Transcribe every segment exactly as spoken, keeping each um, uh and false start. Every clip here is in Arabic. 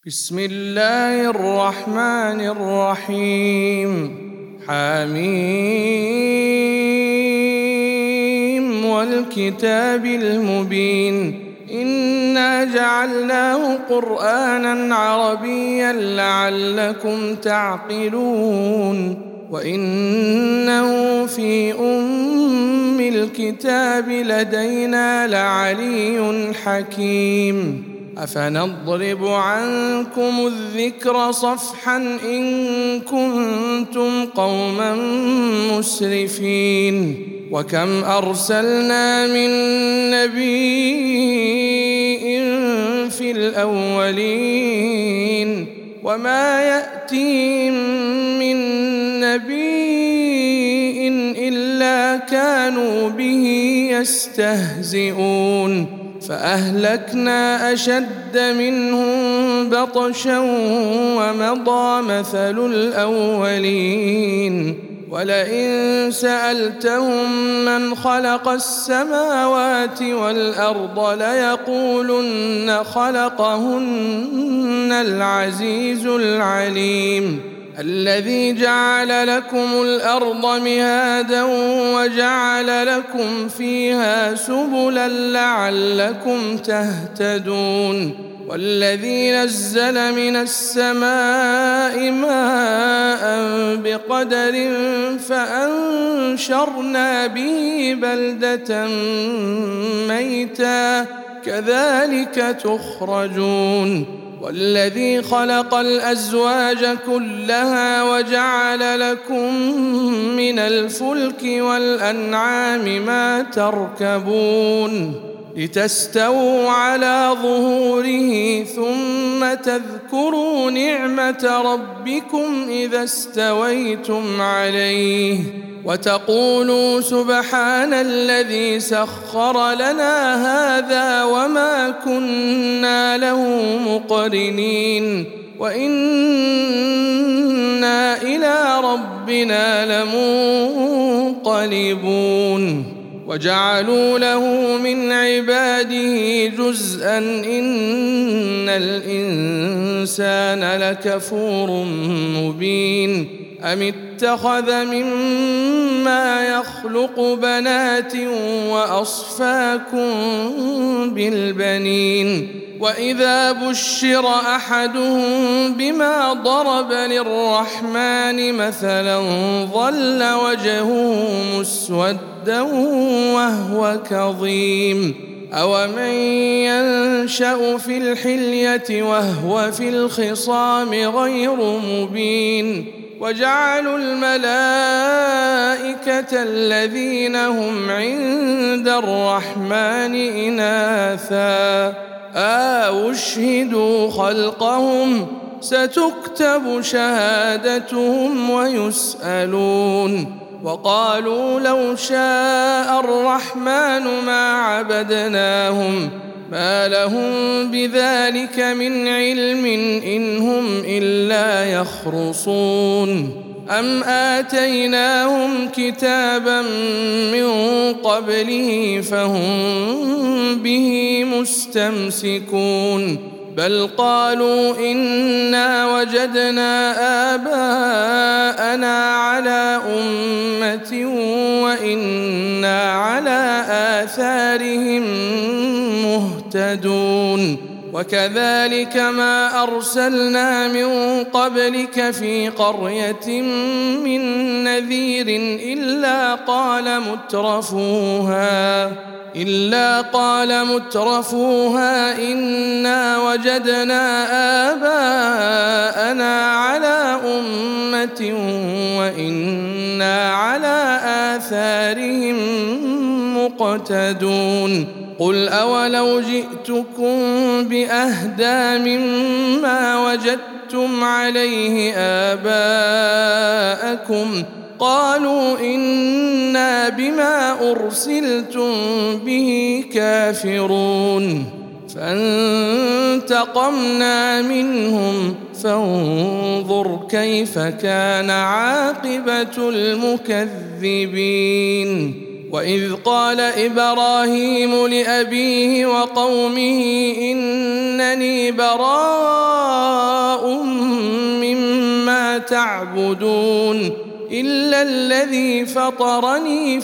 بسم الله الرحمن الرحيم حميم والكتاب المبين إنا جعلناه قرآنا عربيا لعلكم تعقلون وإنه في أم الكتاب لدينا لعلي حكيم أفنضرب عنكم الذكر صفحا إن كنتم قوما مسرفين وكم أرسلنا من نبي في الأولين وما يأتيهم من نبي إلا كانوا به يستهزئون فأهلكنا أشد منهم بطشا ومضى مثل الأولين ولئن سألتهم من خلق السماوات والأرض ليقولن خلقهن العزيز العليم الذي جعل لكم الأرض مهادا وجعل لكم فيها سبلا لعلكم تهتدون والذي نزل من السماء ماء بقدر فأنشرنا به بلدة ميتا كذلك تخرجون والذي خلق الأزواج كلها وجعل لكم من الفلك والأنعام ما تركبون لتستووا على ظهوره ثم تذكروا نعمة ربكم إذا استويتم عليه وتقولوا سبحان الذي سخر لنا هذا وما كنا له مقرنين وإنا إلى ربنا لمنقلبون وجعلوا له من عباده جزءا إن الإنسان لكفور مبين أم اتخذ مما يخلق بنات وأصفاكم بالبنين وإذا بشر أحدهم بما ضرب للرحمن مثلا ظل وجهه مسودا وهو كظيم أومن ينشأ في الحلية وهو في الخصام غير مبين وجعلوا الملائكة الذين هم عند الرحمن إناثا أشهدوا خلقهم ستكتب شهادتهم ويسألون وقالوا لو شاء الرحمن ما عبدناهم ما لهم بذلك من علم إن هم إلا يخرصون أم آتيناهم كتابا من قبله فهم به مستمسكون بل قالوا إنا وجدنا آباءنا على أمة وإنا على آثارهم مهتدون وكذلك ما أرسلنا من قبلك في قرية من نذير إلا قال مترفوها إلا قال مترفوها إنا وجدنا آباءنا على أمة وإنا على آثارهم مقتدون قل أولو جئتكم بأهدى مما وجدتم عليه آباءكم قالوا إنا بما أرسلتم به كافرون فانتقمنا منهم فانظر كيف كان عاقبة المكذبين وإذ قال إبراهيم لأبيه وقومه إنني براء تعبدون إلا الذي فطرني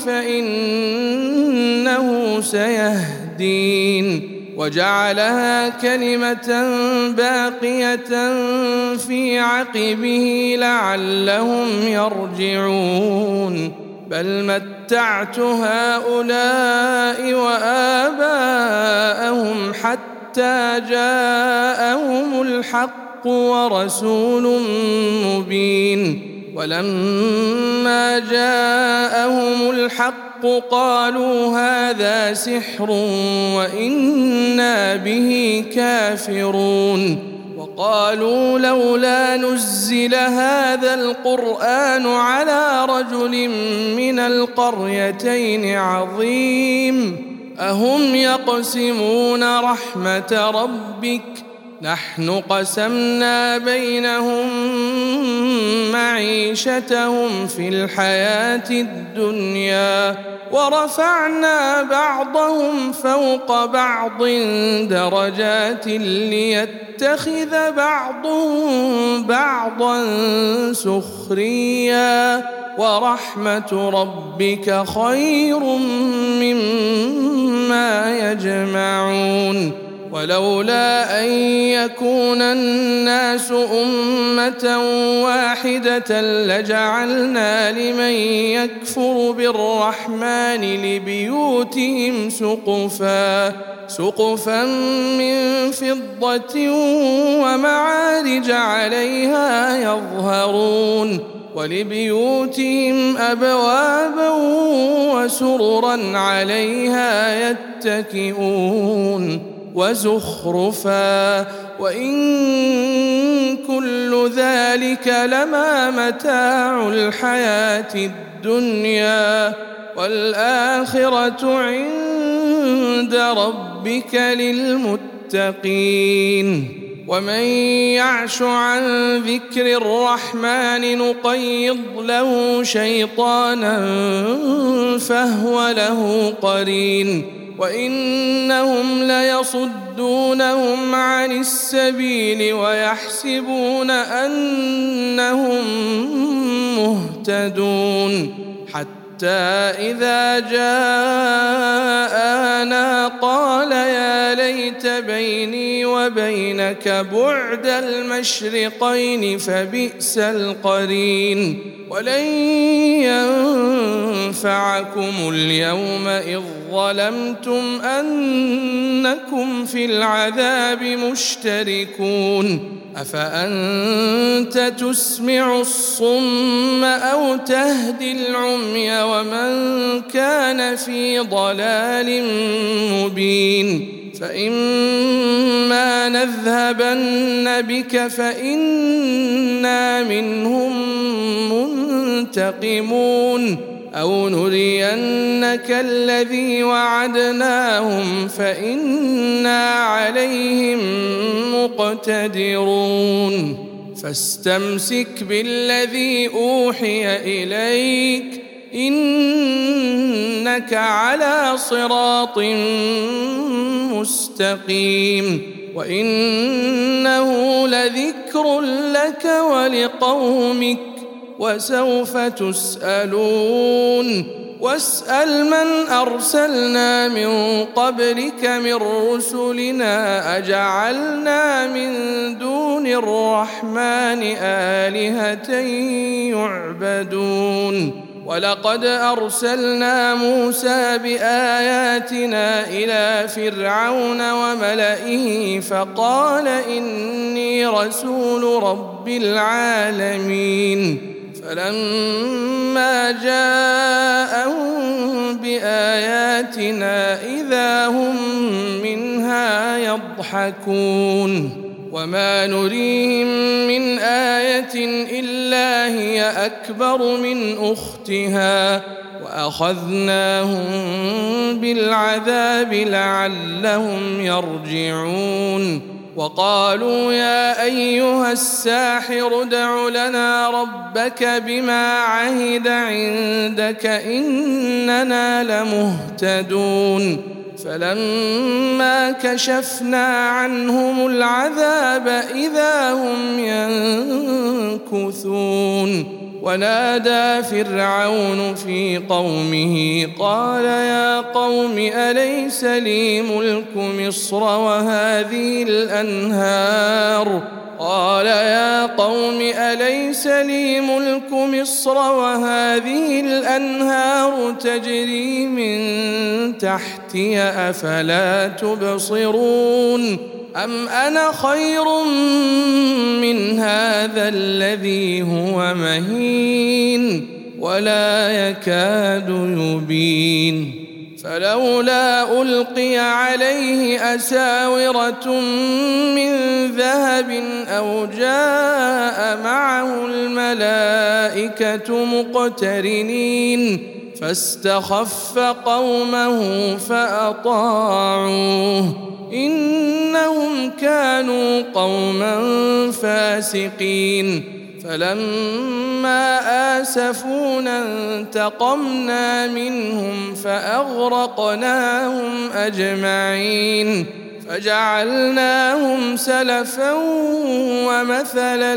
فإنه سيهدين وجعلها كلمة باقية في عقبه لعلهم يرجعون بل متعت هؤلاء وآباءهم حتى جاءهم الحق ورسول مبين ولما جاءهم الحق قالوا هذا سحر وإنا به كافرون وقالوا لولا نزل هذا القرآن على رجل من القريتين عظيم أهم يقسمون رحمة ربك نحن قسمنا بينهم معيشتهم في الحياة الدنيا ورفعنا بعضهم فوق بعض درجات ليتخذ بعضهم بعضا سخريا ورحمة ربك خير مما يجمعون ولولا أن يكون الناس أمة واحدة لجعلنا لمن يكفر بالرحمن لبيوتهم سقفا سقفا من فضة ومعارج عليها يظهرون ولبيوتهم أبوابا وسررا عليها يتكئون وزخرفا وإن كل ذلك لما متاع الحياة الدنيا والآخرة عند ربك للمتقين ومن يعش عن ذكر الرحمن نقيض له شيطانا فهو له قرين وإنهم ليصدونهم عن السبيل ويحسبون أنهم مهتدون حتى إذا جاءنا قال يا ليت بيني وبينك بعد المشرقين فبئس القرين ولن ينفعكم اليوم إذ ظلمتم أنكم في العذاب مشتركون أفأنت تسمع الصم أو تهدي العمي ومن كان في ضلال مبين فإما نذهبن بك فإنا منهم منتقمون أو نرينك الذي وعدناهم فإنا عليهم مقتدرون فاستمسك بالذي أوحي إليك إنك على صراط مستقيم وإنه لذكر لك ولقومك وسوف تسألون واسأل من أرسلنا من قبلك من رسلنا أجعلنا من دون الرحمن آلهة يعبدون ولقد أرسلنا موسى بآياتنا إلى فرعون وملئه فقال إني رسول رب العالمين فلما جاءهم بآياتنا إذا هم منها يضحكون وما نريهم من آية إلا هي أكبر من أختها وأخذناهم بالعذاب لعلهم يرجعون وقالوا يا أيها الساحر ادع لنا ربك بما عهد عندك إننا لمهتدون فلما كشفنا عنهم العذاب إذا هم ينكثون ونادى فرعون في قومه قال يا قوم أليس لي ملك مصر وهذه الأنهار قال يا قوم أليس لي ملك مصر وهذه الأنهار تجري من تحتي أفلا تبصرون أم أنا خير من هذا الذي هو مهين ولا يكاد يبين فلولا ألقي عليه أساورة من ذهب أو جاء معه الملائكة مقترنين فاستخف قومه فأطاعوه إنهم كانوا قوما فاسقين فلما آسفونا انتقمنا منهم فأغرقناهم أجمعين فجعلناهم سلفا ومثلا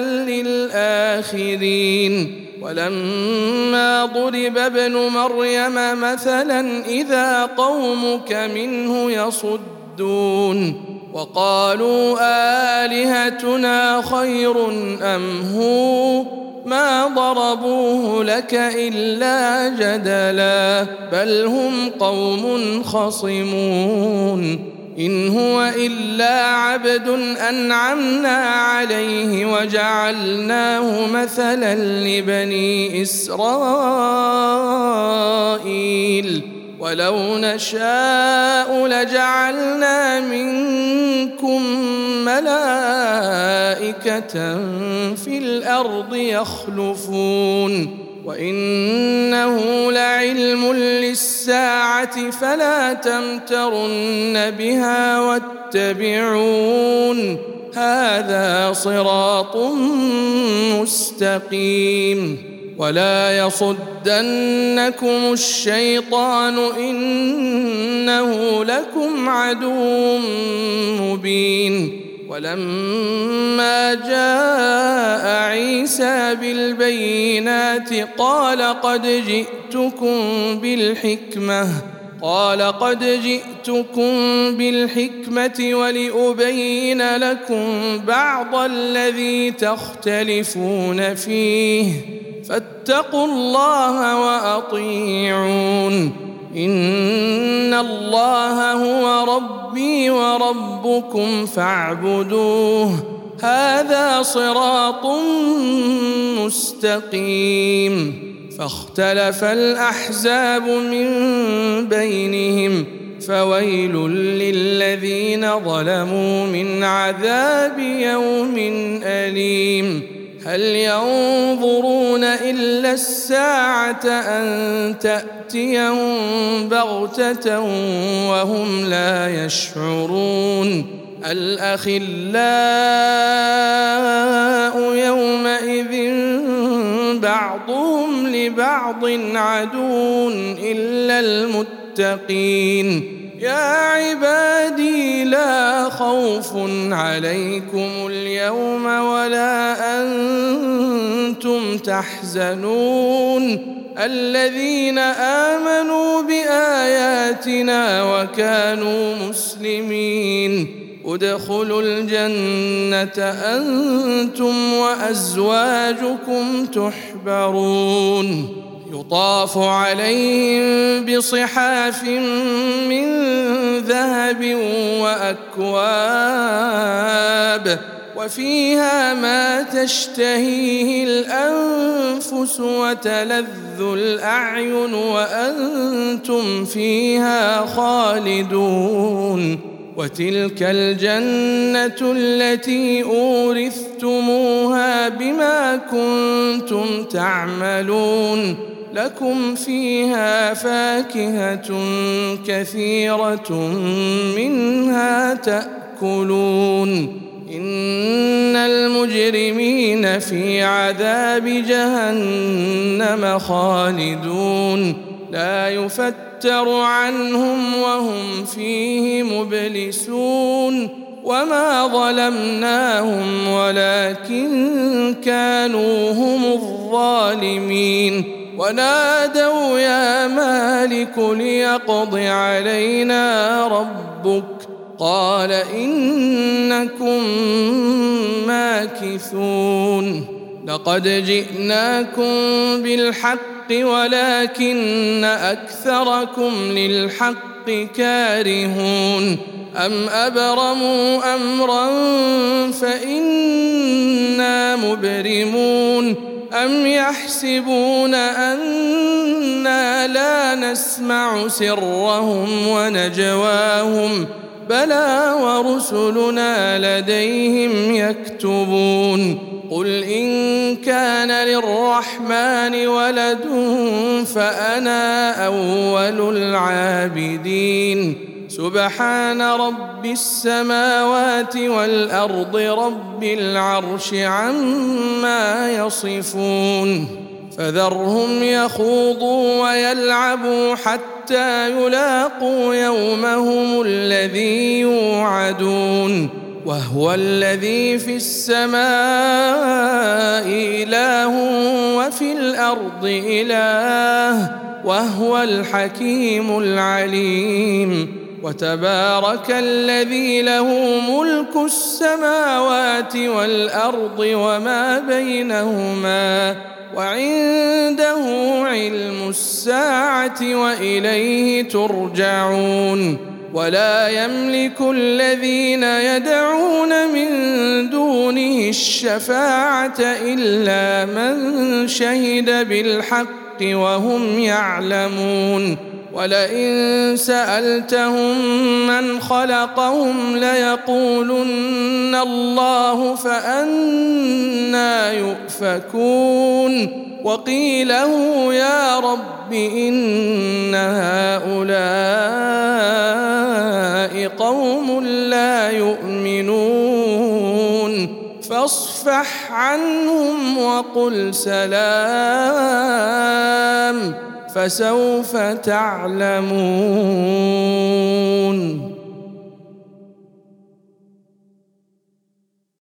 للآخرين ولما ضرب ابن مريم مثلا إذا قومك منه يصدون وقالوا آلهتنا خير أم هو ما ضربوه لك إلا جدلا بل هم قوم خصمون إن هو إلا عبد أنعمنا عليه وجعلناه مثلا لبني إسرائيل ولو نشاء لجعلنا منكم ملائكة في الأرض يخلفون وإنه لعلم للساعة فلا تمترن بها واتبعون هذا صراط مستقيم ولا يصدنكم الشيطان إنه لكم عدو مبين ولما جاء عيسى بالبينات قال قد جئتكم بالحكمة قال قد جئتكم بالحكمة ولأبين لكم بعض الذي تختلفون فيه فاتقوا الله وأطيعون إن الله هو ربي وربكم فاعبدوه هذا صراط مستقيم فاختلف الأحزاب من بينهم فويل للذين ظلموا من عذاب يوم أليم هل ينظرون إلا الساعة أن تأتيهم بغتة وهم لا يشعرون الأخلاء يومئذ بعضهم لبعض عدو إلا المتقين يا عبادي لا خوف عليكم اليوم ولا أنتم تحزنون الذين آمنوا بآياتنا وكانوا مسلمين ادخلوا الجنة أنتم وأزواجكم تحبرون يطاف عليهم بصحاف من ذهب وأكواب وفيها ما تشتهيه الأنفس وتلذ الأعين وأنتم فيها خالدون وتلك الجنة التي أورثتموها بما كنتم تعملون لكم فيها فاكهة كثيرة منها تأكلون إن المجرمين في عذاب جهنم خالدون لا يفتح نتفتر عنهم وهم فيه مبلسون وما ظلمناهم ولكن كانوا هم الظالمين ونادوا يا مالك ليقض علينا ربك قال إنكم ماكثون لقد جئناكم بالحق ولكن أكثركم للحق كارهون أم أبرموا أمرا فإنا مبرمون أم يحسبون أنا لا نسمع سرهم ونجواهم بلى ورسلنا لديهم يكتبون قل إن كان للرحمن ولد فأنا أول العابدين سبحان رب السماوات والأرض رب العرش عما يصفون فذرهم يخوضوا ويلعبوا حتى يلاقوا يومهم الذي يوعدون وهو الذي في السماء إله وفي الأرض إله وهو الحكيم العليم وتبارك الذي له ملك السماوات والأرض وما بينهما وعنده علم الساعة وإليه ترجعون ولا يملك الذين يدعون من دونه الشفاعة إلا من شهد بالحق وهم يعلمون ولئن سألتهم من خلقهم ليقولن الله فأنى يؤفكون وقيله يا رب إن هؤلاء قوم لا يؤمنون فاصفح عنهم وقل سلام فسوف تعلمون.